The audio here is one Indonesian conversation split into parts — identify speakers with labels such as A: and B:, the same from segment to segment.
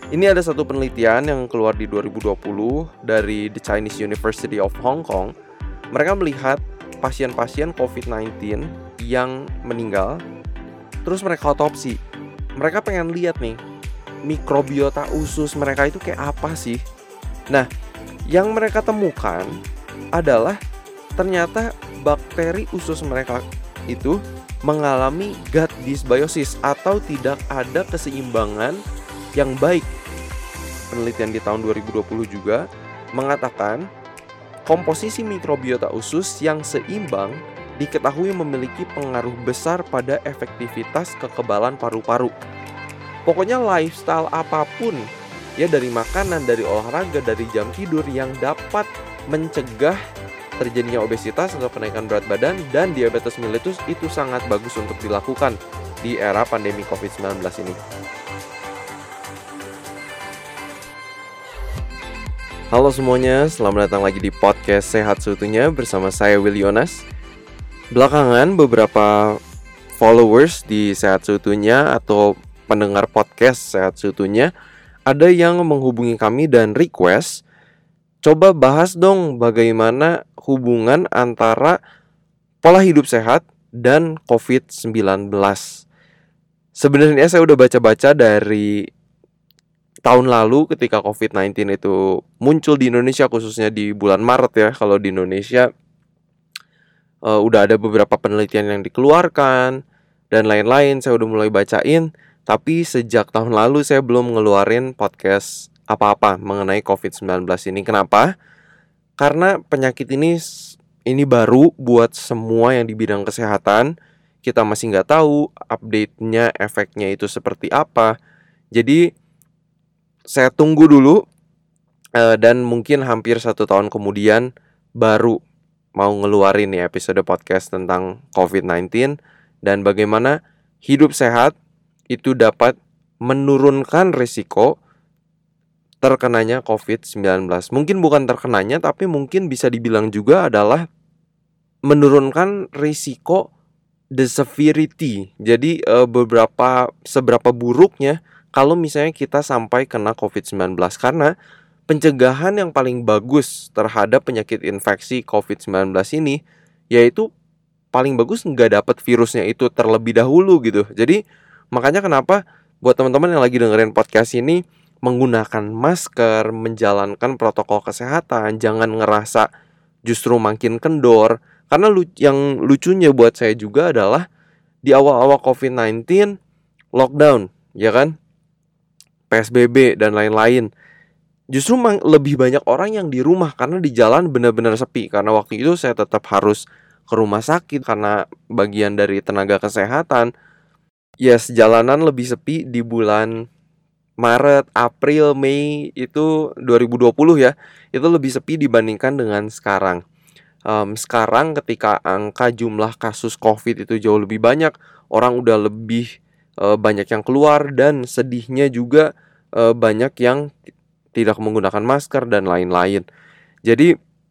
A: Ini ada satu penelitian yang keluar di 2020 dari The Chinese University of Hong Kong. Mereka melihat pasien-pasien COVID-19 yang meninggal, terus mereka otopsi. Mereka pengen lihat nih, mikrobiota usus mereka itu kayak apa sih? Nah, yang mereka temukan adalah ternyata bakteri usus mereka itu mengalami gut dysbiosis atau tidak ada keseimbangan yang baik. Penelitian di tahun 2020 juga mengatakan komposisi mikrobiota usus yang seimbang diketahui memiliki pengaruh besar pada efektivitas kekebalan paru-paru. Pokoknya lifestyle apapun, ya dari makanan, dari olahraga, dari jam tidur yang dapat mencegah terjadinya obesitas atau kenaikan berat badan dan diabetes mellitus itu sangat bagus untuk dilakukan di era pandemi COVID-19 ini. Halo semuanya, selamat datang lagi di podcast Sehat Seutuhnya bersama saya Willy Yonas. Belakangan beberapa followers di Sehat Seutuhnya atau pendengar podcast Sehat Seutuhnya ada yang menghubungi kami dan request, coba bahas dong bagaimana hubungan antara pola hidup sehat dan COVID-19. Sebenarnya saya udah baca-baca dari tahun lalu ketika COVID-19 itu muncul di Indonesia, khususnya di bulan Maret ya. Kalau di Indonesia udah ada beberapa penelitian yang dikeluarkan dan lain-lain, saya udah mulai bacain. Tapi sejak tahun lalu saya belum ngeluarin podcast apa-apa mengenai COVID-19 ini. Kenapa? Karena penyakit ini baru buat semua yang di bidang kesehatan. Kita masih nggak tahu update-nya, efeknya itu seperti apa. Jadi saya tunggu dulu dan mungkin hampir 1 tahun kemudian baru mau ngeluarin nih episode podcast tentang COVID-19 dan bagaimana hidup sehat itu dapat menurunkan risiko terkenanya COVID-19. Mungkin bukan terkenanya, tapi mungkin bisa dibilang juga adalah menurunkan risiko the severity. Jadi seberapa buruknya kalau misalnya kita sampai kena COVID-19. Karena pencegahan yang paling bagus terhadap penyakit infeksi COVID-19 ini yaitu paling bagus nggak dapat virusnya itu terlebih dahulu gitu. Jadi makanya kenapa buat teman-teman yang lagi dengerin podcast ini menggunakan masker, menjalankan protokol kesehatan, jangan ngerasa justru makin kendor. Karena yang lucunya buat saya juga adalah di awal-awal COVID-19 lockdown, ya kan? PSBB dan lain-lain. Justru lebih banyak orang yang di rumah karena di jalan benar-benar sepi. Karena waktu itu saya tetap harus ke rumah sakit karena bagian dari tenaga kesehatan. Yes, jalanan lebih sepi di bulan Maret, April, Mei itu 2020 ya. Itu lebih sepi dibandingkan dengan sekarang. Sekarang ketika angka jumlah kasus COVID itu jauh lebih banyak, orang udah lebih banyak yang keluar dan sedihnya juga banyak yang tidak menggunakan masker dan lain-lain. Jadi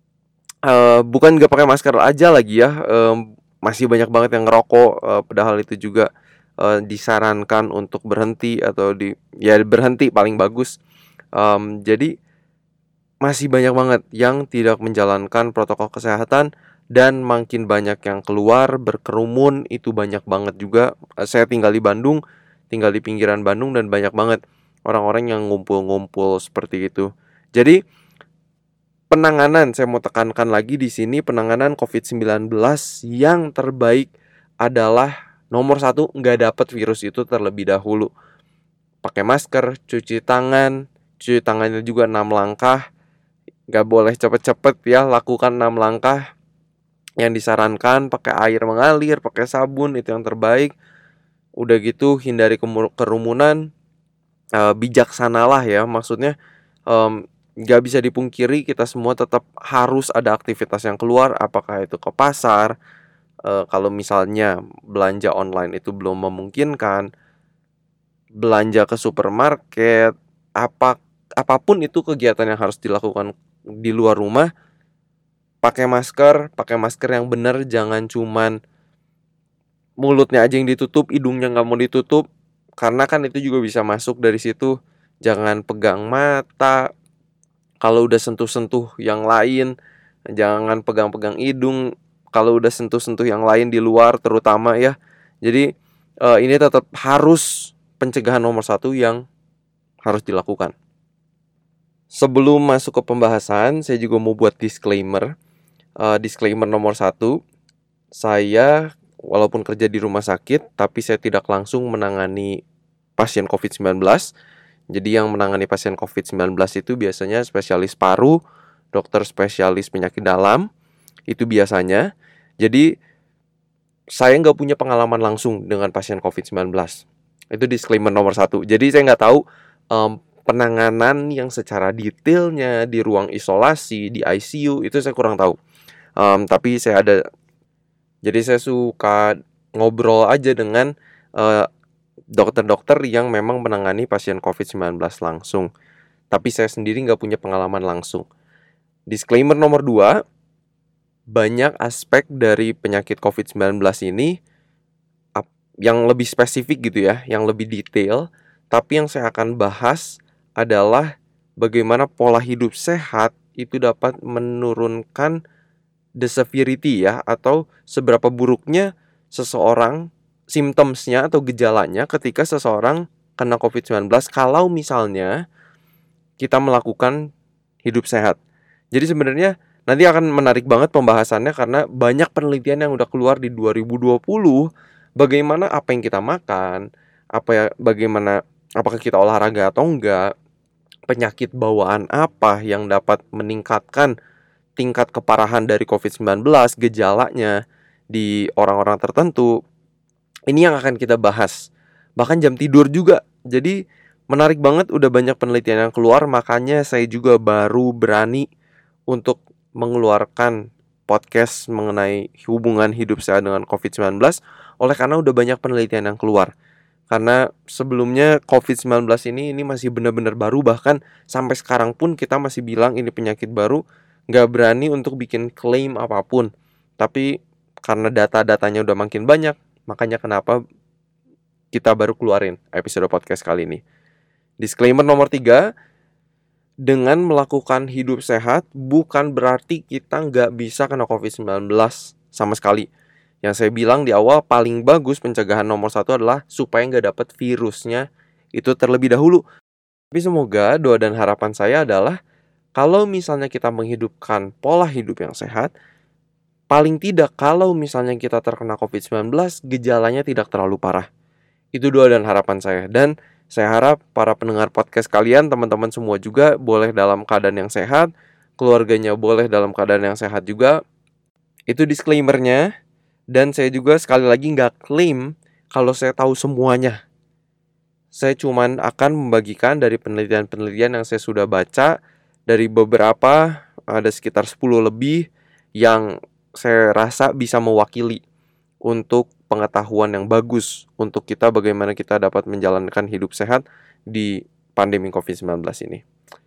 A: bukan nggak pakai masker aja lagi ya, masih banyak banget yang ngerokok. Padahal itu juga disarankan untuk berhenti atau berhenti paling bagus. Jadi masih banyak banget yang tidak menjalankan protokol kesehatan dan makin banyak yang keluar berkerumun, itu banyak banget juga. Saya tinggal di Bandung, tinggal di pinggiran Bandung dan banyak banget orang-orang yang ngumpul-ngumpul seperti itu. Jadi penanganan, saya mau tekankan lagi di sini, penanganan COVID-19 yang terbaik adalah nomor 1, nggak dapat virus itu terlebih dahulu. Pakai masker, cuci tangannya juga 6 langkah. Gak boleh cepet-cepet ya, lakukan 6 langkah yang disarankan, pakai air mengalir, pakai sabun, itu yang terbaik. Udah gitu hindari kerumunan, bijaksanalah ya, maksudnya gak bisa dipungkiri kita semua tetap harus ada aktivitas yang keluar, apakah itu ke pasar, kalau misalnya belanja online itu belum memungkinkan, belanja ke supermarket, apapun itu kegiatan yang harus dilakukan di luar rumah, pakai masker yang benar, jangan cuman mulutnya aja yang ditutup, hidungnya nggak mau ditutup, karena kan itu juga bisa masuk dari situ. jangan pegang mata. Kalau udah sentuh-sentuh yang lain, jangan pegang-pegang hidung. Kalau udah sentuh-sentuh yang lain di luar terutama ya. Jadi ini tetap harus pencegahan nomor satu yang harus dilakukan. Sebelum masuk ke pembahasan, saya juga mau buat disclaimer. Disclaimer nomor satu, saya walaupun kerja di rumah sakit, tapi saya tidak langsung menangani pasien COVID-19. Jadi yang menangani pasien COVID-19 itu biasanya spesialis paru, dokter spesialis penyakit dalam, itu biasanya. Jadi saya nggak punya pengalaman langsung dengan pasien COVID-19. Itu disclaimer nomor satu. Jadi saya nggak tahu penanganan yang secara detailnya di ruang isolasi, di ICU, itu saya kurang tahu. Tapi jadi saya suka ngobrol aja dengan dokter-dokter yang memang menangani pasien COVID-19 langsung. Tapi saya sendiri nggak punya pengalaman langsung. Disclaimer nomor 2, banyak aspek dari penyakit COVID-19 ini yang lebih spesifik gitu ya, yang lebih detail. Tapi yang saya akan bahas adalah bagaimana pola hidup sehat itu dapat menurunkan the severity ya, atau seberapa buruknya seseorang symptoms-nya atau gejalanya ketika seseorang kena COVID-19 kalau misalnya kita melakukan hidup sehat. Jadi sebenarnya nanti akan menarik banget pembahasannya karena banyak penelitian yang udah keluar di 2020 bagaimana apa yang kita makan, bagaimana apakah kita olahraga atau enggak, penyakit bawaan apa yang dapat meningkatkan tingkat keparahan dari COVID-19, gejalanya di orang-orang tertentu. Ini yang akan kita bahas. Bahkan jam tidur juga. Jadi menarik banget, udah banyak penelitian yang keluar. Makanya saya juga baru berani untuk mengeluarkan podcast mengenai hubungan hidup sehat dengan COVID-19. Oleh karena udah banyak penelitian yang keluar. Karena sebelumnya COVID-19 ini masih benar-benar baru. Bahkan sampai sekarang pun kita masih bilang ini penyakit baru. Gak berani untuk bikin klaim apapun. Tapi karena data-datanya udah makin banyak, makanya kenapa kita baru keluarin episode podcast kali ini. Disclaimer nomor 3, dengan melakukan hidup sehat bukan berarti kita nggak bisa kena COVID-19 sama sekali. Yang saya bilang di awal, paling bagus pencegahan nomor 1 adalah supaya nggak dapat virusnya itu terlebih dahulu. Tapi semoga doa dan harapan saya adalah kalau misalnya kita menghidupkan pola hidup yang sehat, paling tidak kalau misalnya kita terkena COVID-19, gejalanya tidak terlalu parah. Itu doa dan harapan saya. Dan saya harap para pendengar podcast kalian, teman-teman semua juga boleh dalam keadaan yang sehat, keluarganya boleh dalam keadaan yang sehat juga. Itu disclaimernya. Dan saya juga sekali lagi nggak klaim kalau saya tahu semuanya. Saya cuman akan membagikan dari penelitian-penelitian yang saya sudah baca, dari beberapa, ada sekitar 10 lebih, yang saya rasa bisa mewakili untuk pengetahuan yang bagus untuk kita bagaimana kita dapat menjalankan hidup sehat di pandemi COVID-19 ini.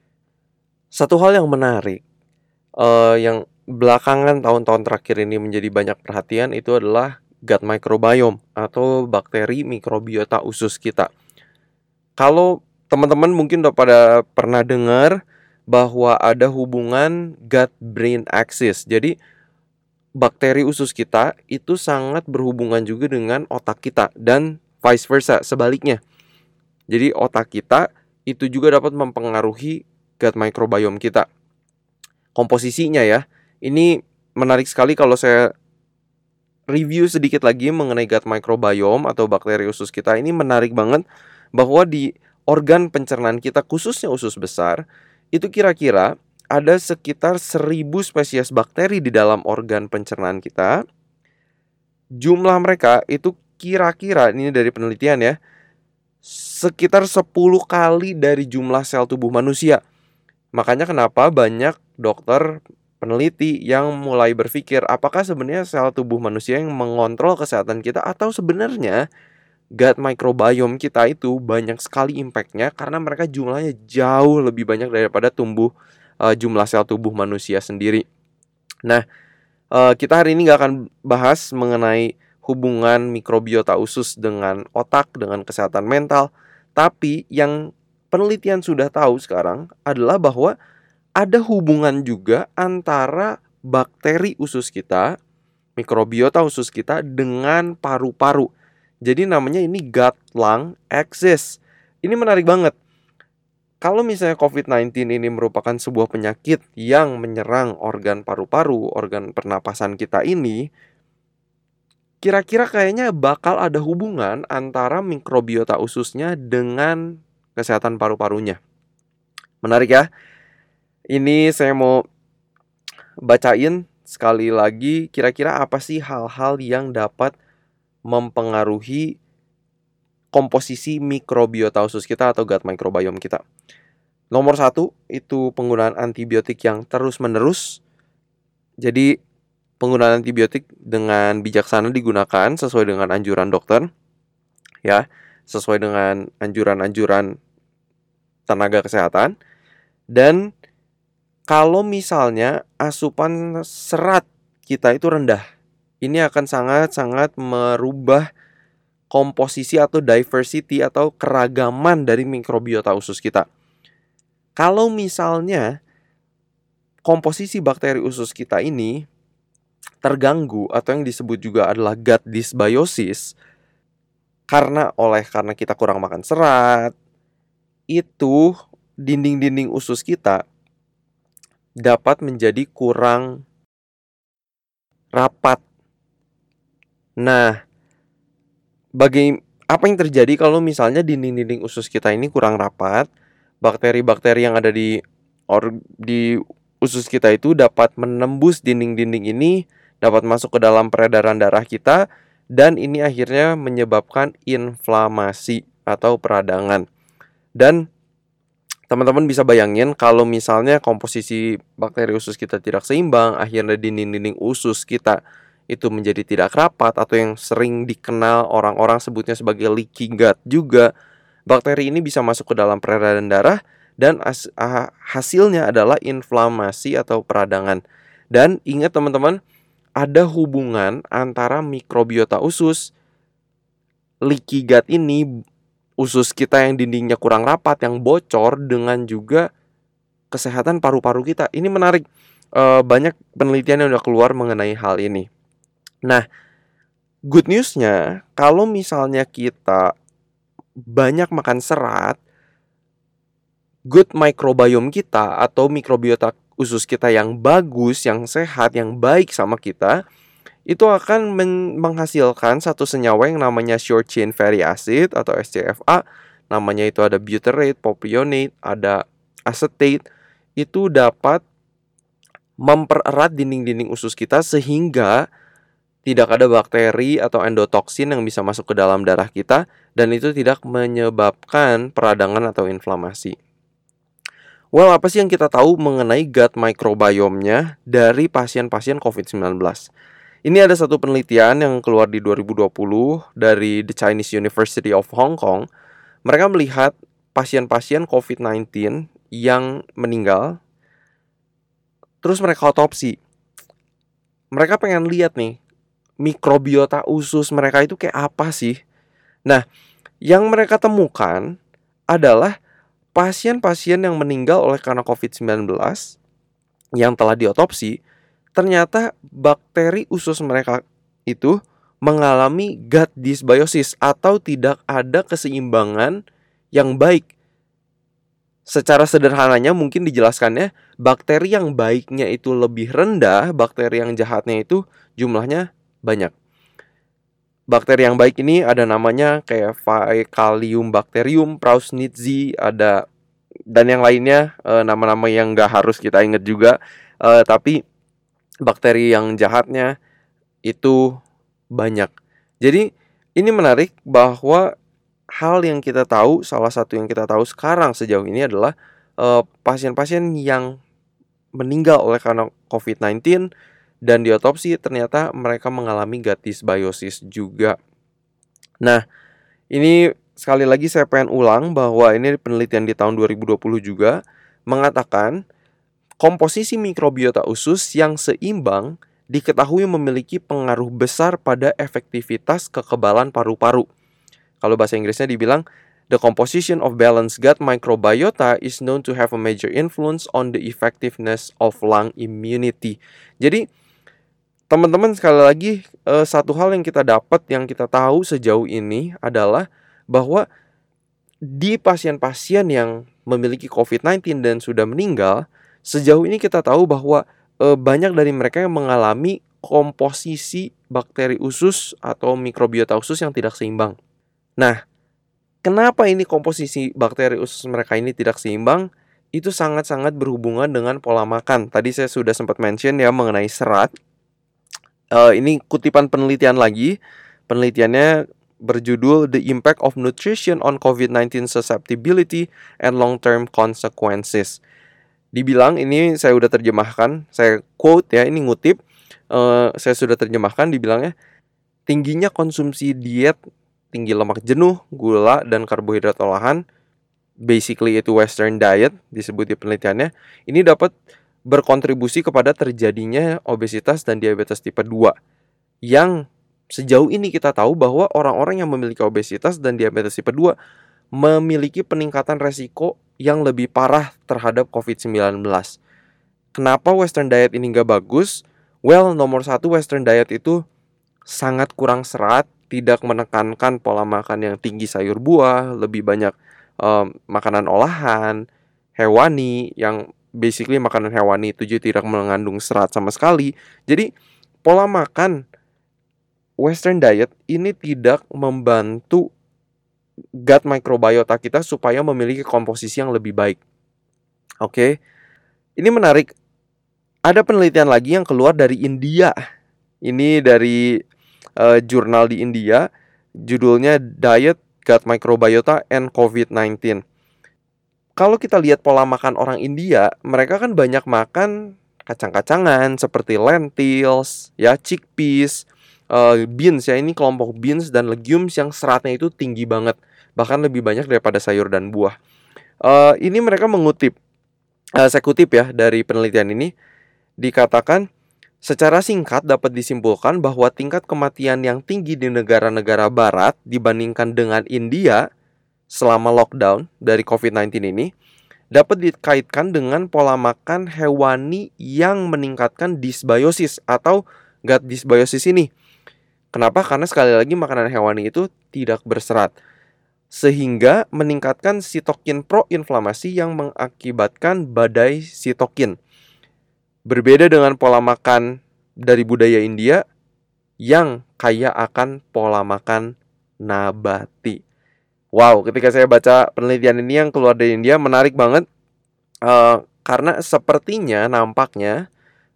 A: Satu hal yang menarik yang belakangan tahun-tahun terakhir ini menjadi banyak perhatian itu adalah gut microbiome atau bakteri mikrobiota usus kita. Kalau teman-teman mungkin udah pada pernah dengar bahwa ada hubungan gut-brain axis. Jadi bakteri usus kita itu sangat berhubungan juga dengan otak kita dan vice versa, sebaliknya. Jadi otak kita itu juga dapat mempengaruhi gut microbiome kita. Komposisinya ya, ini menarik sekali kalau saya review sedikit lagi mengenai gut microbiome atau bakteri usus kita. Ini menarik banget bahwa di organ pencernaan kita, khususnya usus besar, itu kira-kira ada sekitar 1000 spesies bakteri di dalam organ pencernaan kita. Jumlah mereka itu kira-kira, ini dari penelitian ya, sekitar 10 kali dari jumlah sel tubuh manusia. Makanya kenapa banyak dokter peneliti yang mulai berpikir apakah sebenarnya sel tubuh manusia yang mengontrol kesehatan kita, atau sebenarnya gut microbiome kita itu banyak sekali impact-nya karena mereka jumlahnya jauh lebih banyak daripada jumlah sel tubuh manusia sendiri. Nah, kita hari ini gak akan bahas mengenai hubungan mikrobiota usus dengan otak, dengan kesehatan mental. Tapi yang penelitian sudah tahu sekarang adalah bahwa ada hubungan juga antara bakteri usus kita, mikrobiota usus kita dengan paru-paru. Jadi namanya ini gut-lung axis. Ini menarik banget. Kalau misalnya COVID-19 ini merupakan sebuah penyakit yang menyerang organ paru-paru, organ pernapasan kita ini, kira-kira kayaknya bakal ada hubungan antara mikrobiota ususnya dengan kesehatan paru-parunya. Menarik ya? Ini saya mau bacain sekali lagi, kira-kira apa sih hal-hal yang dapat mempengaruhi komposisi mikrobiota usus kita atau gut microbiome kita. Nomor 1 itu penggunaan antibiotik yang terus-menerus. Jadi penggunaan antibiotik dengan bijaksana digunakan sesuai dengan anjuran dokter, ya, sesuai dengan anjuran-anjuran tenaga kesehatan. Dan kalau misalnya asupan serat kita itu rendah, ini akan sangat-sangat merubah komposisi atau diversity atau keragaman dari mikrobiota usus kita. Kalau misalnya komposisi bakteri usus kita ini terganggu atau yang disebut juga adalah gut dysbiosis karena kita kurang makan serat, itu dinding-dinding usus kita dapat menjadi kurang rapat. Nah, apa yang terjadi kalau misalnya dinding-dinding usus kita ini kurang rapat? Bakteri-bakteri yang ada di usus kita itu dapat menembus dinding-dinding ini, dapat masuk ke dalam peredaran darah kita, dan ini akhirnya menyebabkan inflamasi atau peradangan. Dan teman-teman bisa bayangin kalau misalnya komposisi bakteri usus kita tidak seimbang, akhirnya dinding-dinding usus kita itu menjadi tidak rapat atau yang sering dikenal orang-orang sebutnya sebagai leaky gut juga. Bakteri ini bisa masuk ke dalam peredaran darah dan hasilnya adalah inflamasi atau peradangan. Dan ingat teman-teman, ada hubungan antara mikrobiota usus, leaky gut ini, usus kita yang dindingnya kurang rapat, yang bocor, dengan juga kesehatan paru-paru kita. Ini menarik, banyak penelitian yang udah keluar mengenai hal ini. Nah, good news-nya, kalau misalnya kita banyak makan serat, good microbiome kita atau mikrobiota usus kita yang bagus, yang sehat, yang baik sama kita, itu akan menghasilkan satu senyawa yang namanya short chain fatty acid atau SCFA. Namanya itu ada butyrate, propionate, ada acetate. Itu dapat mempererat dinding-dinding usus kita sehingga tidak ada bakteri atau endotoksin yang bisa masuk ke dalam darah kita, dan itu tidak menyebabkan peradangan atau inflamasi. Well, apa sih yang kita tahu mengenai gut microbiome-nya dari pasien-pasien COVID-19? Ini ada satu penelitian yang keluar di 2020 dari The Chinese University of Hong Kong. Mereka melihat pasien-pasien COVID-19 yang meninggal, terus mereka otopsi. Mereka pengen lihat nih, mikrobiota usus mereka itu kayak apa sih? Nah, yang mereka temukan adalah pasien-pasien yang meninggal oleh karena COVID-19 yang telah diotopsi, ternyata bakteri usus mereka itu mengalami gut dysbiosis atau tidak ada keseimbangan yang baik. Secara sederhananya mungkin dijelaskannya, bakteri yang baiknya itu lebih rendah, bakteri yang jahatnya itu jumlahnya banyak. Bakteri yang baik ini ada namanya kayak Faecalium bacterium, Prausnitzi, ada dan yang lainnya, nama-nama yang nggak harus kita ingat juga. Tapi bakteri yang jahatnya itu banyak. Jadi ini menarik bahwa hal yang kita tahu, salah satu yang kita tahu sekarang sejauh ini adalah pasien-pasien yang meninggal oleh karena COVID-19 dan diotopsi ternyata mereka mengalami gut dysbiosis juga. Nah, ini sekali lagi saya pengen ulang bahwa ini penelitian di tahun 2020 juga mengatakan komposisi mikrobiota usus yang seimbang diketahui memiliki pengaruh besar pada efektivitas kekebalan paru-paru. Kalau bahasa Inggrisnya dibilang The composition of balanced gut microbiota is known to have a major influence on the effectiveness of lung immunity. Jadi, teman-teman sekali lagi, satu hal yang kita dapat, yang kita tahu sejauh ini adalah bahwa di pasien-pasien yang memiliki COVID-19 dan sudah meninggal, sejauh ini kita tahu bahwa banyak dari mereka yang mengalami komposisi bakteri usus atau mikrobiota usus yang tidak seimbang. Nah, kenapa ini komposisi bakteri usus mereka ini tidak seimbang? Itu sangat-sangat berhubungan dengan pola makan. Tadi saya sudah sempat mention ya mengenai serat. Ini kutipan penelitian lagi. Penelitiannya berjudul The Impact of Nutrition on COVID-19 Susceptibility and Long-Term Consequences. Dibilang, ini saya udah terjemahkan, saya quote ya, ini ngutip, saya sudah terjemahkan, dibilangnya tingginya konsumsi diet tinggi lemak jenuh, gula, dan karbohidrat olahan, basically itu Western diet disebut di penelitiannya, ini dapat berkontribusi kepada terjadinya obesitas dan diabetes tipe 2. Yang sejauh ini kita tahu bahwa orang-orang yang memiliki obesitas dan diabetes tipe 2 memiliki peningkatan resiko yang lebih parah terhadap COVID-19. Kenapa Western diet ini nggak bagus? Well, nomor satu, Western diet itu sangat kurang serat, tidak menekankan pola makan yang tinggi sayur buah, lebih banyak makanan olahan, hewani, yang basically makanan hewani itu juga tidak mengandung serat sama sekali. Jadi pola makan Western diet ini tidak membantu gut microbiota kita supaya memiliki komposisi yang lebih baik. Oke. Ini menarik. Ada penelitian lagi yang keluar dari India. Ini dari jurnal di India, judulnya Diet, Gut Microbiota and COVID-19. Kalau kita lihat pola makan orang India, mereka kan banyak makan kacang-kacangan seperti lentils, ya, chickpeas, beans ya, ini kelompok beans dan legumes yang seratnya itu tinggi banget, bahkan lebih banyak daripada sayur dan buah. Ini mereka mengutip, saya kutip ya dari penelitian ini, dikatakan secara singkat dapat disimpulkan bahwa tingkat kematian yang tinggi di negara-negara barat dibandingkan dengan India selama lockdown dari COVID-19 ini dapat dikaitkan dengan pola makan hewani yang meningkatkan dysbiosis atau gut dysbiosis ini. Kenapa? Karena sekali lagi makanan hewani itu tidak berserat, sehingga meningkatkan sitokin proinflamasi yang mengakibatkan badai sitokin. Berbeda dengan pola makan dari budaya India yang kaya akan pola makan nabati. Wow, ketika saya baca penelitian ini yang keluar dari India, menarik banget, karena sepertinya nampaknya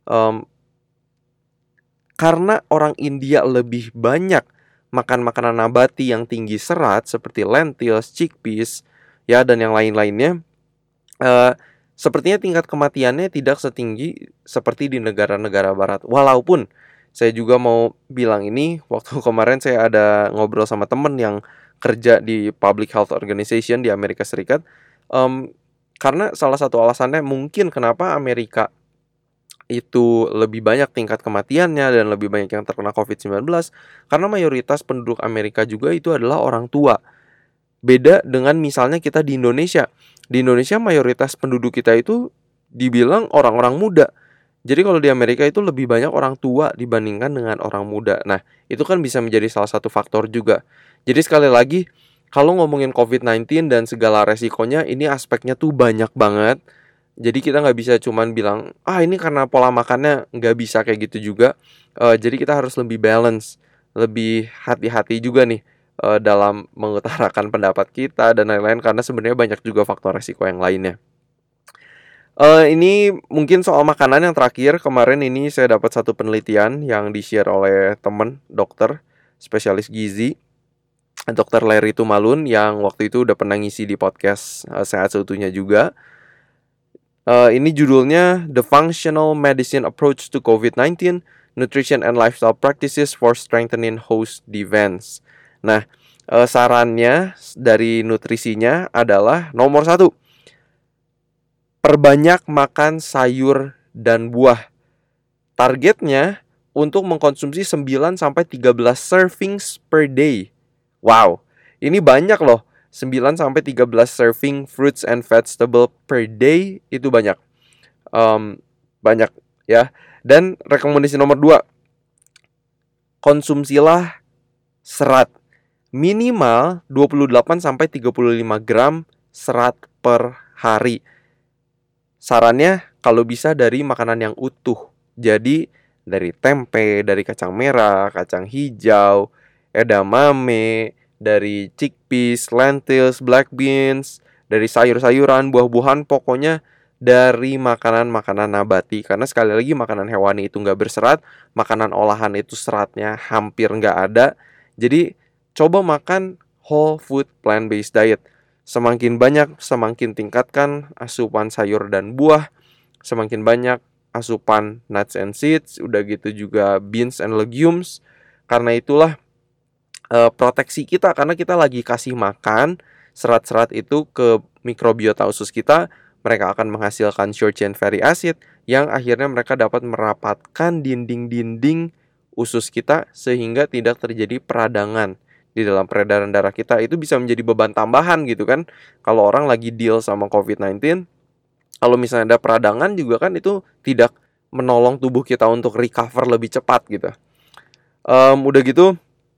A: karena orang India lebih banyak makan makanan nabati yang tinggi serat seperti lentils, chickpeas, ya, dan yang lain-lainnya, sepertinya tingkat kematiannya tidak setinggi seperti di negara-negara barat. Walaupun saya juga mau bilang ini, waktu kemarin saya ada ngobrol sama temen yang kerja di Public Health Organization di Amerika Serikat, karena salah satu alasannya mungkin kenapa Amerika itu lebih banyak tingkat kematiannya dan lebih banyak yang terkena COVID-19, karena mayoritas penduduk Amerika juga itu adalah orang tua. Beda dengan misalnya kita di Indonesia. Di Indonesia mayoritas penduduk kita itu dibilang orang-orang muda. Jadi kalau di Amerika itu lebih banyak orang tua dibandingkan dengan orang muda. Nah, itu kan bisa menjadi salah satu faktor juga. Jadi sekali lagi, kalau ngomongin COVID-19 dan segala resikonya, ini aspeknya tuh banyak banget. Jadi kita nggak bisa cuman bilang, ini karena pola makannya, nggak bisa kayak gitu juga. Jadi kita harus lebih balance, lebih hati-hati juga nih dalam mengutarakan pendapat kita dan lain-lain, karena sebenarnya banyak juga faktor resiko yang lainnya. Ini mungkin soal makanan yang terakhir. Kemarin ini saya dapat satu penelitian yang di-share oleh teman dokter spesialis gizi, Dr. Larry Tumalun, yang waktu itu udah pernah ngisi di podcast Sehat Seutuhnya juga. Ini judulnya The Functional Medicine Approach to COVID-19, Nutrition and Lifestyle Practices for Strengthening Host Defense. Nah, sarannya dari nutrisinya adalah nomor 1, perbanyak makan sayur dan buah. Targetnya untuk mengkonsumsi 9-13 servings per day. Wow, ini banyak loh. 9-13 serving fruits and vegetable per day itu banyak. Banyak ya. Dan rekomendasi nomor 2, konsumsilah serat. Minimal 28-35 gram serat per hari. Sarannya kalau bisa dari makanan yang utuh. Jadi dari tempe, dari kacang merah, kacang hijau, edamame, dari chickpeas, lentils, black beans, dari sayur-sayuran, buah-buahan, pokoknya dari makanan-makanan nabati. Karena sekali lagi makanan hewani itu nggak berserat, makanan olahan itu seratnya hampir nggak ada. Jadi coba makan whole food plant-based diet. Semakin banyak, semakin tingkatkan asupan sayur dan buah. Semakin banyak asupan nuts and seeds, udah gitu juga beans and legumes. Karena itulah proteksi kita, karena kita lagi kasih makan serat-serat itu ke mikrobiota usus kita. Mereka akan menghasilkan short chain fatty acid yang akhirnya mereka dapat merapatkan dinding-dinding usus kita sehingga tidak terjadi peradangan di dalam peredaran darah kita. Itu bisa menjadi beban tambahan gitu kan. Kalau orang lagi deal sama COVID-19, kalau misalnya ada peradangan juga kan itu tidak menolong tubuh kita untuk recover lebih cepat gitu. Udah gitu,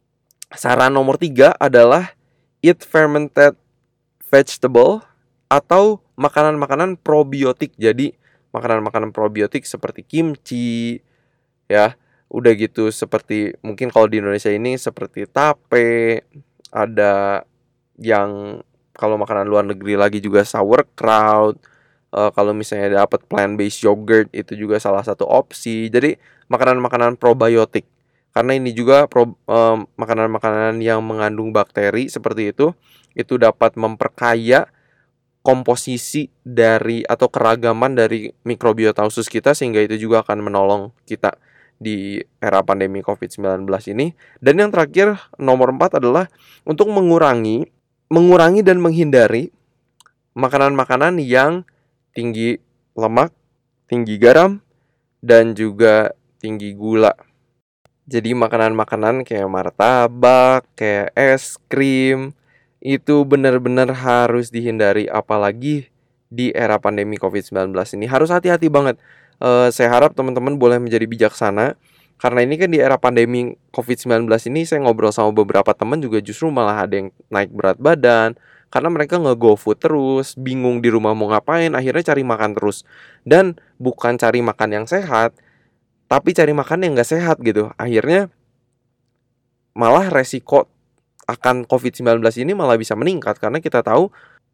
A: saran nomor 3 adalah eat fermented vegetable atau makanan-makanan probiotik. Jadi makanan-makanan probiotik seperti kimchi ya. Udah gitu seperti mungkin kalau di Indonesia ini seperti tape, ada yang kalau makanan luar negeri lagi juga sauerkraut. Kalau misalnya dapat plant-based yogurt itu juga salah satu opsi. Jadi makanan-makanan probiotik. Karena ini juga makanan-makanan yang mengandung bakteri seperti itu dapat memperkaya komposisi dari atau keragaman dari mikrobiota usus kita, sehingga itu juga akan menolong kita di era pandemi COVID-19 ini. Dan yang terakhir, nomor 4 adalah untuk mengurangi dan menghindari makanan-makanan yang tinggi lemak, tinggi garam, dan juga tinggi gula. Jadi makanan-makanan kayak martabak, kayak es krim, itu benar-benar harus dihindari, apalagi di era pandemi COVID-19 ini. Harus hati-hati banget. Saya harap teman-teman boleh menjadi bijaksana, karena ini kan di era pandemi COVID-19 ini saya ngobrol sama beberapa teman juga justru malah ada yang naik berat badan, karena mereka nge-go food terus, bingung di rumah mau ngapain, akhirnya cari makan terus. Dan bukan cari makan yang sehat, tapi cari makan yang gak sehat gitu. Akhirnya malah resiko akan COVID-19 ini malah bisa meningkat, karena kita tahu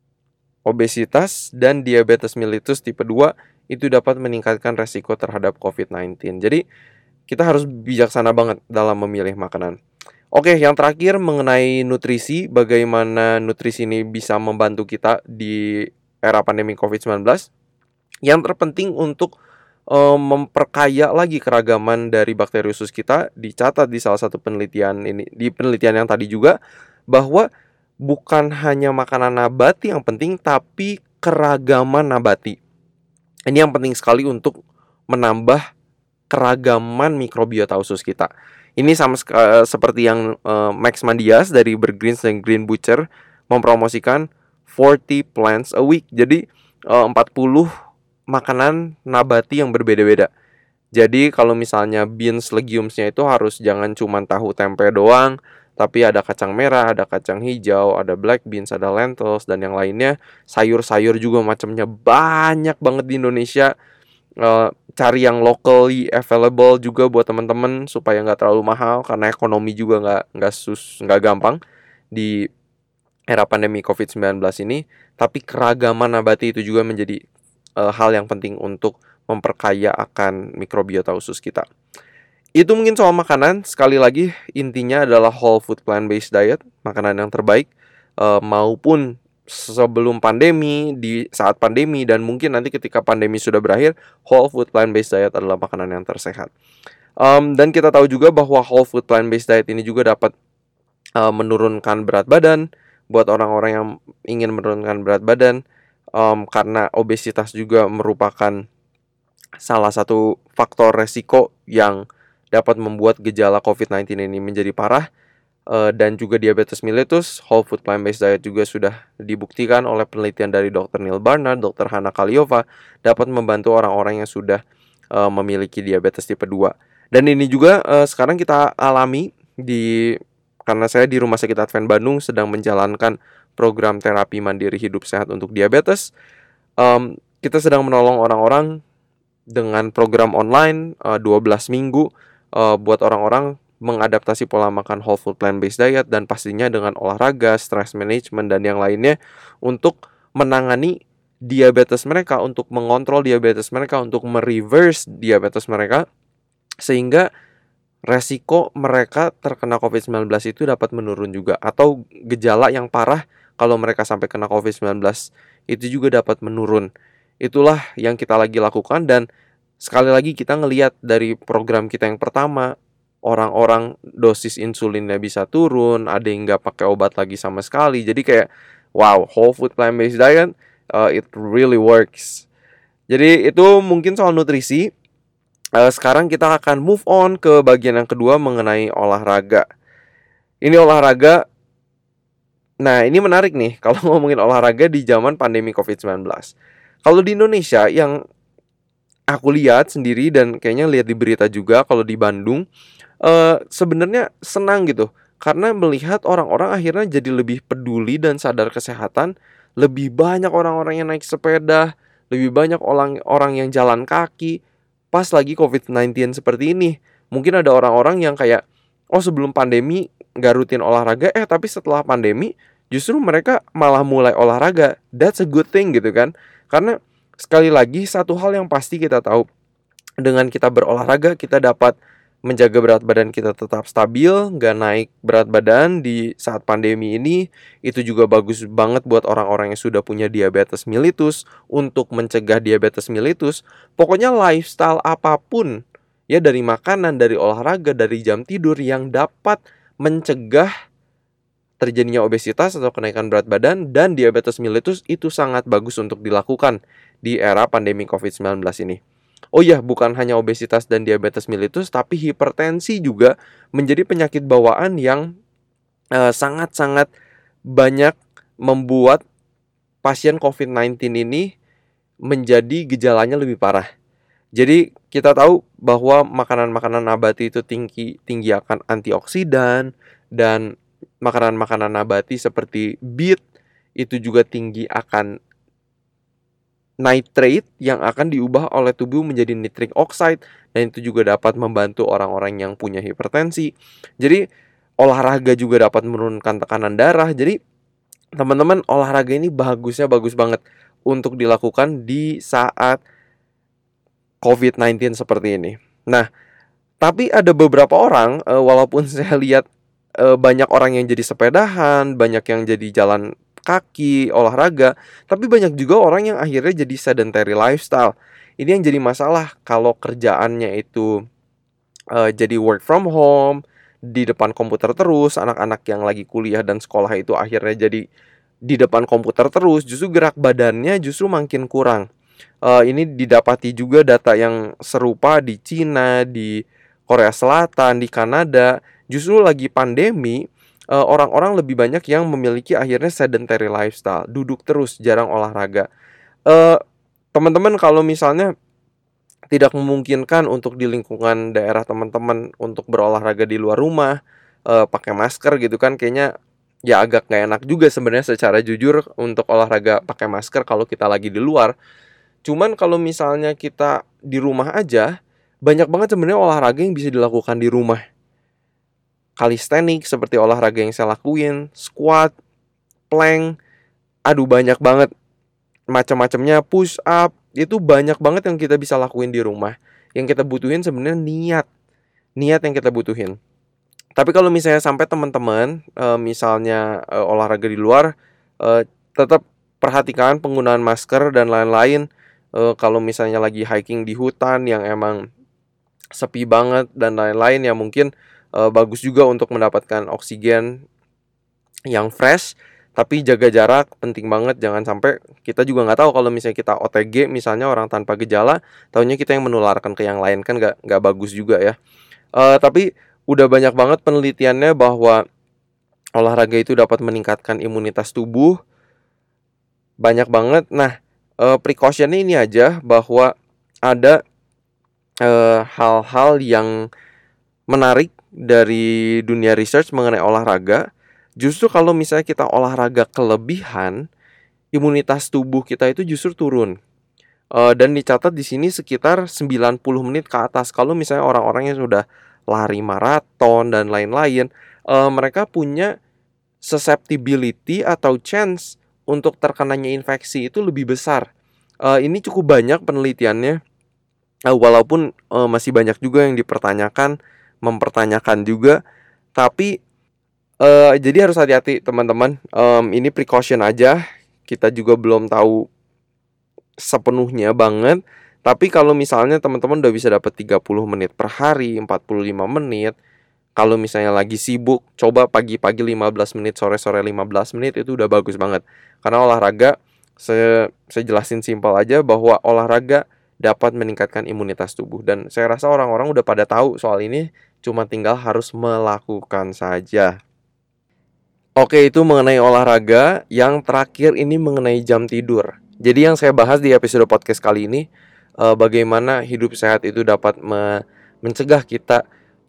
A: obesitas dan diabetes mellitus tipe 2 itu dapat meningkatkan resiko terhadap COVID-19. Jadi kita harus bijaksana banget dalam memilih makanan. Oke, yang terakhir mengenai nutrisi, bagaimana nutrisi ini bisa membantu kita di era pandemi COVID-19. Yang terpenting untuk memperkaya lagi keragaman dari bakteri usus kita, dicatat di salah satu penelitian ini, di penelitian yang tadi juga, bahwa bukan hanya makanan nabati yang penting, tapi keragaman nabati. Ini yang penting sekali untuk menambah keragaman mikrobiota usus kita. Ini sama seperti yang Max Mandias dari Burgreens dan Green Butcher mempromosikan 40 plants a week. Jadi 40 makanan nabati yang berbeda-beda. Jadi kalau misalnya beans, legumes-nya itu harus jangan cuma tahu tempe doang, tapi ada kacang merah, ada kacang hijau, ada black beans, ada lentils, dan yang lainnya. Sayur-sayur juga macamnya banyak banget di Indonesia. Cari yang locally available juga buat teman-teman supaya nggak terlalu mahal, karena ekonomi juga nggak gampang di era pandemi COVID-19 ini. Tapi keragaman nabati itu juga menjadi hal yang penting untuk memperkaya akan mikrobiota usus kita. Itu mungkin soal makanan. Sekali lagi, intinya adalah whole food plant-based diet, makanan yang terbaik, maupun sebelum pandemi, di saat pandemi, dan mungkin nanti ketika pandemi sudah berakhir, whole food plant-based diet adalah makanan yang tersehat. Dan kita tahu juga bahwa whole food plant-based diet ini juga dapat menurunkan berat badan buat orang-orang yang ingin menurunkan berat badan, karena obesitas juga merupakan salah satu faktor resiko yang dapat membuat gejala COVID-19 ini menjadi parah. dan juga diabetes mellitus, whole food plant-based diet juga sudah dibuktikan oleh penelitian dari Dr. Neil Barnard, Dr. Hana Kaliova dapat membantu orang-orang yang sudah memiliki diabetes tipe 2. Dan ini juga sekarang kita alami karena saya di Rumah Sakit Advent Bandung sedang menjalankan program terapi mandiri hidup sehat untuk diabetes. Kita sedang menolong orang-orang dengan program online 12 minggu buat orang-orang mengadaptasi pola makan whole food plant-based diet dan pastinya dengan olahraga, stress management, dan yang lainnya untuk menangani diabetes mereka, untuk mengontrol diabetes mereka, untuk mereverse diabetes mereka, sehingga resiko mereka terkena COVID-19 itu dapat menurun juga, atau gejala yang parah kalau mereka sampai kena COVID-19 itu juga dapat menurun. Itulah yang kita lagi lakukan, dan sekali lagi kita ngelihat dari program kita yang pertama, orang-orang dosis insulinnya bisa turun, ada yang nggak pakai obat lagi sama sekali. Jadi kayak wow, whole food plant-based diet, it really works. Jadi itu mungkin soal nutrisi. Sekarang kita akan move on ke bagian yang kedua mengenai olahraga. Ini olahraga. Nah, ini menarik nih kalau ngomongin olahraga di zaman pandemi COVID-19. Kalau di Indonesia yang aku lihat sendiri dan kayaknya lihat di berita juga, kalau di Bandung sebenarnya senang gitu. Karena melihat orang-orang akhirnya jadi lebih peduli dan sadar kesehatan. Lebih banyak orang-orang yang naik sepeda, lebih banyak orang yang jalan kaki pas lagi COVID-19 seperti ini. Mungkin ada orang-orang yang kayak, oh sebelum pandemi gak rutin olahraga, tapi setelah pandemi justru mereka malah mulai olahraga. That's a good thing gitu kan. Karena sekali lagi satu hal yang pasti kita tahu, dengan kita berolahraga kita dapat menjaga berat badan kita tetap stabil, gak naik berat badan di saat pandemi ini. Itu juga bagus banget buat orang-orang yang sudah punya diabetes mellitus, untuk mencegah diabetes mellitus. Pokoknya lifestyle apapun, ya dari makanan, dari olahraga, dari jam tidur yang dapat mencegah terjadinya obesitas atau kenaikan berat badan dan diabetes mellitus, itu sangat bagus untuk dilakukan di era pandemi COVID-19 ini. Oh iya, bukan hanya obesitas dan diabetes mellitus, tapi hipertensi juga menjadi penyakit bawaan yang sangat-sangat banyak membuat pasien COVID-19 ini menjadi gejalanya lebih parah. Jadi kita tahu bahwa makanan-makanan nabati itu tinggi akan antioksidan, dan makanan-makanan nabati seperti beet itu juga tinggi akan nitrate yang akan diubah oleh tubuh menjadi nitric oxide, dan itu juga dapat membantu orang-orang yang punya hipertensi. Jadi olahraga juga dapat menurunkan tekanan darah. Jadi teman-teman, olahraga ini bagus banget untuk dilakukan di saat COVID-19 seperti ini. Nah, tapi ada beberapa orang, walaupun saya lihat banyak orang yang jadi sepedahan, banyak yang jadi jalan kaki, olahraga, tapi banyak juga orang yang akhirnya jadi sedentary lifestyle. Ini yang jadi masalah kalau kerjaannya itu jadi work from home, di depan komputer terus. Anak-anak yang lagi kuliah dan sekolah itu akhirnya jadi di depan komputer terus, justru gerak badannya justru makin kurang. Ini didapati juga data yang serupa di Cina, di Korea Selatan, di Kanada. Justru lagi pandemi, orang-orang lebih banyak yang memiliki akhirnya sedentary lifestyle, duduk terus, jarang olahraga. Teman-teman kalau misalnya tidak memungkinkan untuk di lingkungan daerah teman-teman untuk berolahraga di luar rumah, pakai masker gitu kan, kayaknya ya agak gak enak juga sebenarnya secara jujur untuk olahraga pakai masker kalau kita lagi di luar. Cuman kalau misalnya kita di rumah aja, banyak banget sebenarnya olahraga yang bisa dilakukan di rumah. Calisthenics seperti olahraga yang saya lakuin, squat, plank, aduh banyak banget macam-macamnya, push up, itu banyak banget yang kita bisa lakuin di rumah. Yang kita butuhin sebenarnya niat yang kita butuhin. Tapi kalau misalnya sampai teman-teman misalnya olahraga di luar, tetap perhatikan penggunaan masker dan lain-lain. Kalau misalnya lagi hiking di hutan yang emang sepi banget dan lain-lain, ya mungkin bagus juga untuk mendapatkan oksigen yang fresh. Tapi jaga jarak penting banget, jangan sampai kita juga nggak tahu kalau misalnya kita OTG misalnya, orang tanpa gejala, taunya kita yang menularkan ke yang lain, kan nggak bagus juga ya. Tapi udah banyak banget penelitiannya bahwa olahraga itu dapat meningkatkan imunitas tubuh, banyak banget. Nah, precaution-nya ini aja bahwa ada hal-hal yang menarik dari dunia research mengenai olahraga. Justru kalau misalnya kita olahraga kelebihan, imunitas tubuh kita itu justru turun. Dan dicatat di sini sekitar 90 menit ke atas. Kalau misalnya orang-orang yang sudah lari maraton dan lain-lain, mereka punya susceptibility atau chance untuk terkenanya infeksi itu lebih besar. Ini cukup banyak penelitiannya, walaupun masih banyak juga yang mempertanyakan juga. Tapi jadi harus hati-hati teman-teman. Ini precaution aja. Kita juga belum tahu sepenuhnya banget. Tapi kalau misalnya teman-teman udah bisa dapat 30 menit per hari, 45 menit. Kalau misalnya lagi sibuk, coba pagi-pagi 15 menit, sore-sore 15 menit, itu udah bagus banget. Karena olahraga, saya jelasin simpel aja bahwa olahraga dapat meningkatkan imunitas tubuh. Dan saya rasa orang-orang udah pada tahu soal ini, cuma tinggal harus melakukan saja. Oke, itu mengenai olahraga. Yang terakhir ini mengenai jam tidur. Jadi yang saya bahas di episode podcast kali ini, bagaimana hidup sehat itu dapat mencegah kita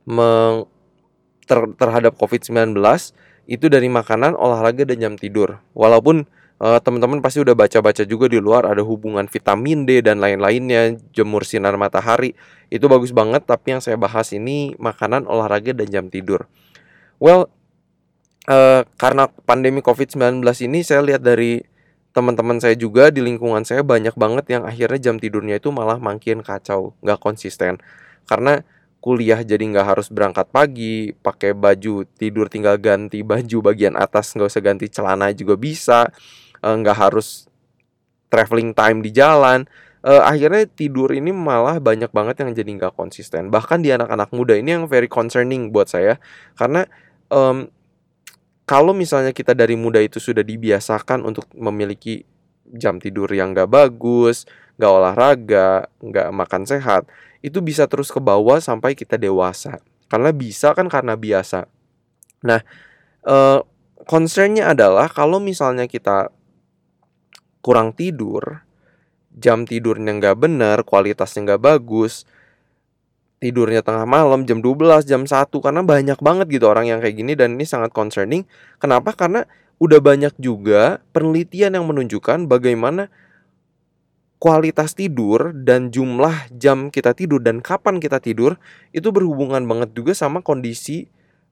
A: terhadap COVID-19 itu dari makanan, olahraga, dan jam tidur. Walaupun teman-teman pasti udah baca-baca juga di luar ada hubungan vitamin D dan lain-lainnya, jemur sinar matahari, itu bagus banget. Tapi yang saya bahas ini makanan, olahraga, dan jam tidur. Well, karena pandemi COVID-19 ini saya lihat dari teman-teman saya juga di lingkungan saya banyak banget yang akhirnya jam tidurnya itu malah makin kacau, nggak konsisten. Karena kuliah jadi nggak harus berangkat pagi, pakai baju tidur tinggal ganti baju bagian atas, nggak usah ganti celana juga bisa, nggak harus traveling time di jalan. Akhirnya tidur ini malah banyak banget yang jadi nggak konsisten. Bahkan di anak-anak muda ini yang very concerning buat saya. Karena kalau misalnya kita dari muda itu sudah dibiasakan untuk memiliki jam tidur yang gak bagus, gak olahraga, gak makan sehat, itu bisa terus ke bawah sampai kita dewasa. Karena karena biasa. Nah, concernnya adalah kalau misalnya kita kurang tidur, jam tidurnya gak benar, kualitasnya gak bagus, tidurnya tengah malam, jam 12, jam 1, karena banyak banget gitu orang yang kayak gini. Dan ini sangat concerning. Kenapa? Karena udah banyak juga penelitian yang menunjukkan bagaimana kualitas tidur dan jumlah jam kita tidur dan kapan kita tidur itu berhubungan banget juga sama kondisi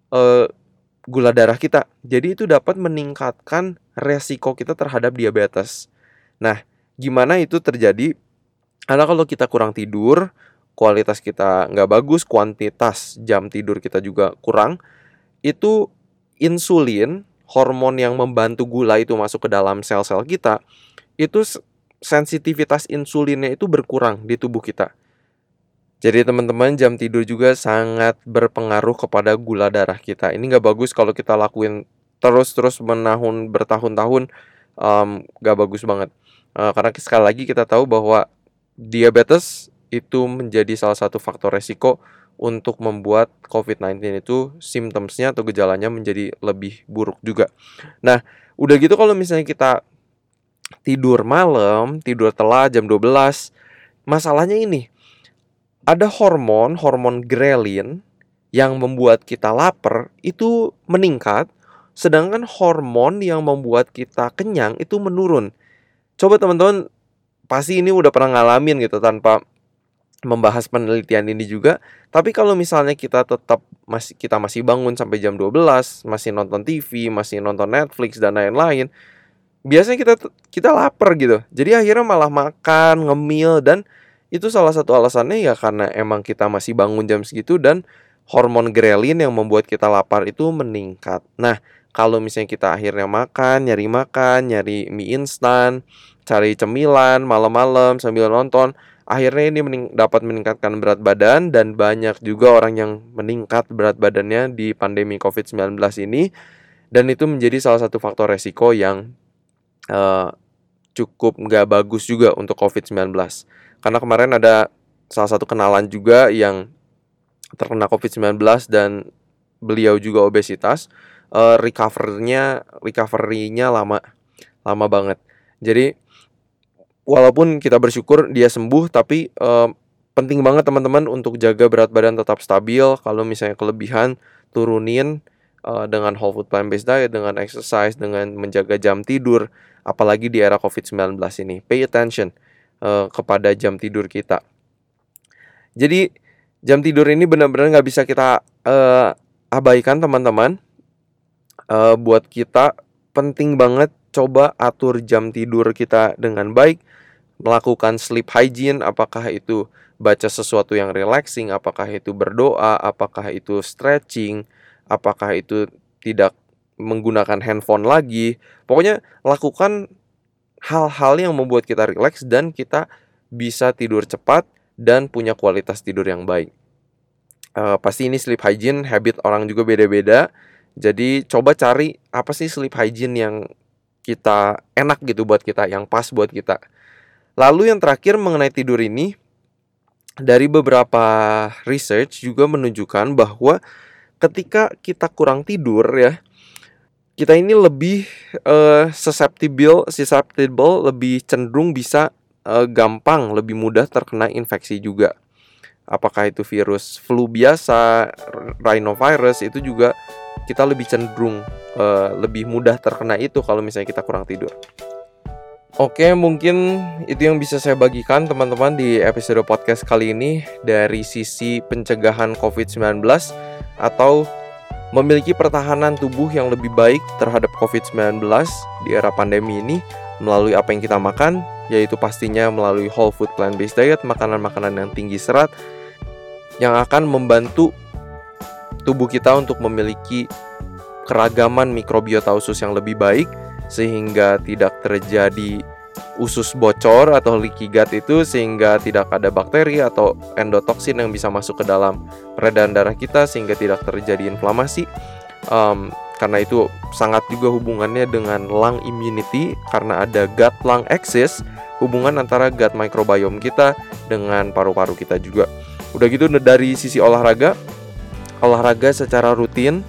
A: gula darah kita. Jadi itu dapat meningkatkan resiko kita terhadap diabetes. Nah, gimana itu terjadi? Karena kalau kita kurang tidur, kualitas kita nggak bagus, kuantitas jam tidur kita juga kurang, itu insulin, hormon yang membantu gula itu masuk ke dalam sel-sel kita, itu sensitivitas insulinnya itu berkurang di tubuh kita. Jadi teman-teman, jam tidur juga sangat berpengaruh kepada gula darah kita. Ini nggak bagus kalau kita lakuin terus-terus bertahun-tahun, nggak bagus banget. Karena sekali lagi kita tahu bahwa diabetes itu menjadi salah satu faktor resiko untuk membuat COVID-19 itu symptoms-nya atau gejalanya menjadi lebih buruk juga. Nah, udah gitu kalau misalnya kita tidur malam, tidur telat jam 12, masalahnya ini, ada hormon ghrelin yang membuat kita lapar itu meningkat, sedangkan hormon yang membuat kita kenyang itu menurun. Coba teman-teman pasti ini udah pernah ngalamin gitu tanpa membahas penelitian ini juga. Tapi kalau misalnya kita masih bangun sampai jam 12, masih nonton TV, masih nonton Netflix dan lain-lain, biasanya kita lapar gitu. Jadi akhirnya malah makan, ngemil, dan itu salah satu alasannya ya karena emang kita masih bangun jam segitu dan hormon ghrelin yang membuat kita lapar itu meningkat. Nah, kalau misalnya kita akhirnya nyari mie instan, cari cemilan malam-malam sambil nonton, akhirnya ini dapat meningkatkan berat badan. Dan banyak juga orang yang meningkat berat badannya di pandemi COVID-19 ini. Dan itu menjadi salah satu faktor resiko yang cukup gak bagus juga untuk COVID-19. Karena kemarin ada salah satu kenalan juga yang terkena COVID-19 dan beliau juga obesitas. recovery-nya lama banget. Jadi walaupun kita bersyukur dia sembuh, tapi penting banget teman-teman untuk jaga berat badan tetap stabil. Kalau misalnya kelebihan, turunin dengan whole food plant-based diet, dengan exercise, dengan menjaga jam tidur. Apalagi di era COVID-19 ini, pay attention kepada jam tidur kita. Jadi jam tidur ini benar-benar gak bisa kita abaikan teman-teman. Buat kita penting banget coba atur jam tidur kita dengan baik. Melakukan sleep hygiene, apakah itu baca sesuatu yang relaxing, apakah itu berdoa, apakah itu stretching, apakah itu tidak menggunakan handphone lagi. Pokoknya lakukan hal-hal yang membuat kita relax dan kita bisa tidur cepat dan punya kualitas tidur yang baik. Pasti ini sleep hygiene, habit orang juga beda-beda. Jadi coba cari apa sih sleep hygiene yang kita enak gitu buat kita, yang pas buat kita. Lalu yang terakhir mengenai tidur ini, dari beberapa research juga menunjukkan bahwa ketika kita kurang tidur ya, kita ini lebih susceptible, lebih cenderung bisa gampang, lebih mudah terkena infeksi juga. Apakah itu virus flu biasa, rhinovirus, itu juga kita lebih cenderung lebih mudah terkena itu kalau misalnya kita kurang tidur. Oke, mungkin itu yang bisa saya bagikan teman-teman di episode podcast kali ini dari sisi pencegahan COVID-19 atau memiliki pertahanan tubuh yang lebih baik terhadap COVID-19 di era pandemi ini melalui apa yang kita makan, yaitu pastinya melalui whole food plant-based diet, makanan-makanan yang tinggi serat yang akan membantu tubuh kita untuk memiliki keragaman mikrobiota usus yang lebih baik, sehingga tidak terjadi usus bocor atau leaky gut itu, sehingga tidak ada bakteri atau endotoksin yang bisa masuk ke dalam peredaran darah kita, sehingga tidak terjadi inflamasi. Karena itu sangat juga hubungannya dengan lung immunity, karena ada gut-lung axis, hubungan antara gut microbiome kita dengan paru-paru kita juga. Udah gitu dari sisi olahraga secara rutin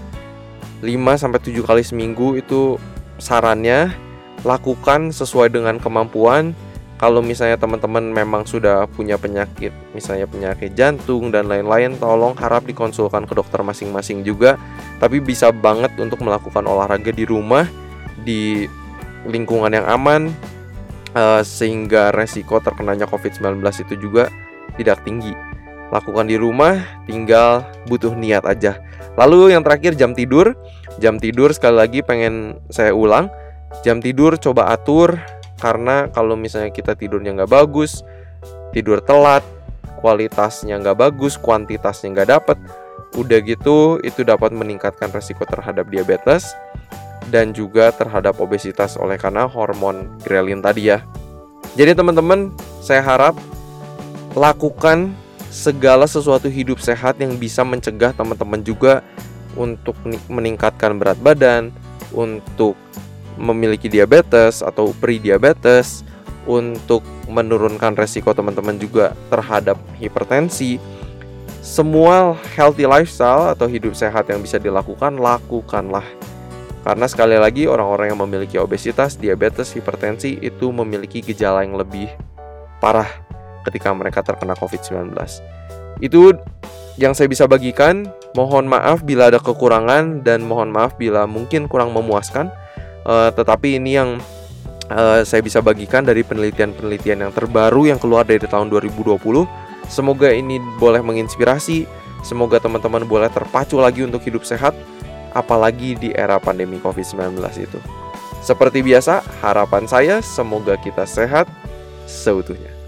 A: 5-7 kali seminggu itu sarannya lakukan sesuai dengan kemampuan. Kalau misalnya teman-teman memang sudah punya penyakit, misalnya penyakit jantung dan lain-lain, tolong harap dikonsulkan ke dokter masing-masing juga. Tapi bisa banget untuk melakukan olahraga di rumah, di lingkungan yang aman, sehingga resiko terkenanya COVID-19 itu juga tidak tinggi. Lakukan di rumah, tinggal butuh niat aja. Lalu yang terakhir jam tidur. Jam tidur sekali lagi pengen saya ulang, jam tidur coba atur, karena kalau misalnya kita tidurnya nggak bagus, tidur telat, kualitasnya nggak bagus, kuantitasnya nggak dapet, udah gitu itu dapat meningkatkan resiko terhadap diabetes dan juga terhadap obesitas oleh karena hormon grelin tadi ya. Jadi teman-teman, saya harap lakukan segala sesuatu hidup sehat yang bisa mencegah teman-teman juga untuk meningkatkan berat badan, untuk memiliki diabetes atau pre-diabetes, untuk menurunkan resiko teman-teman juga terhadap hipertensi. Semua healthy lifestyle atau hidup sehat yang bisa dilakukan, lakukanlah. Karena sekali lagi orang-orang yang memiliki obesitas, diabetes, hipertensi itu memiliki gejala yang lebih parah ketika mereka terkena COVID-19. Itu yang saya bisa bagikan. Mohon maaf bila ada kekurangan dan mohon maaf bila mungkin kurang memuaskan. Tetapi ini yang saya bisa bagikan dari penelitian-penelitian yang terbaru yang keluar dari tahun 2020. Semoga ini boleh menginspirasi. Semoga teman-teman boleh terpacu lagi untuk hidup sehat, apalagi di era pandemi COVID-19 itu. Seperti biasa, harapan saya semoga kita sehat seutuhnya.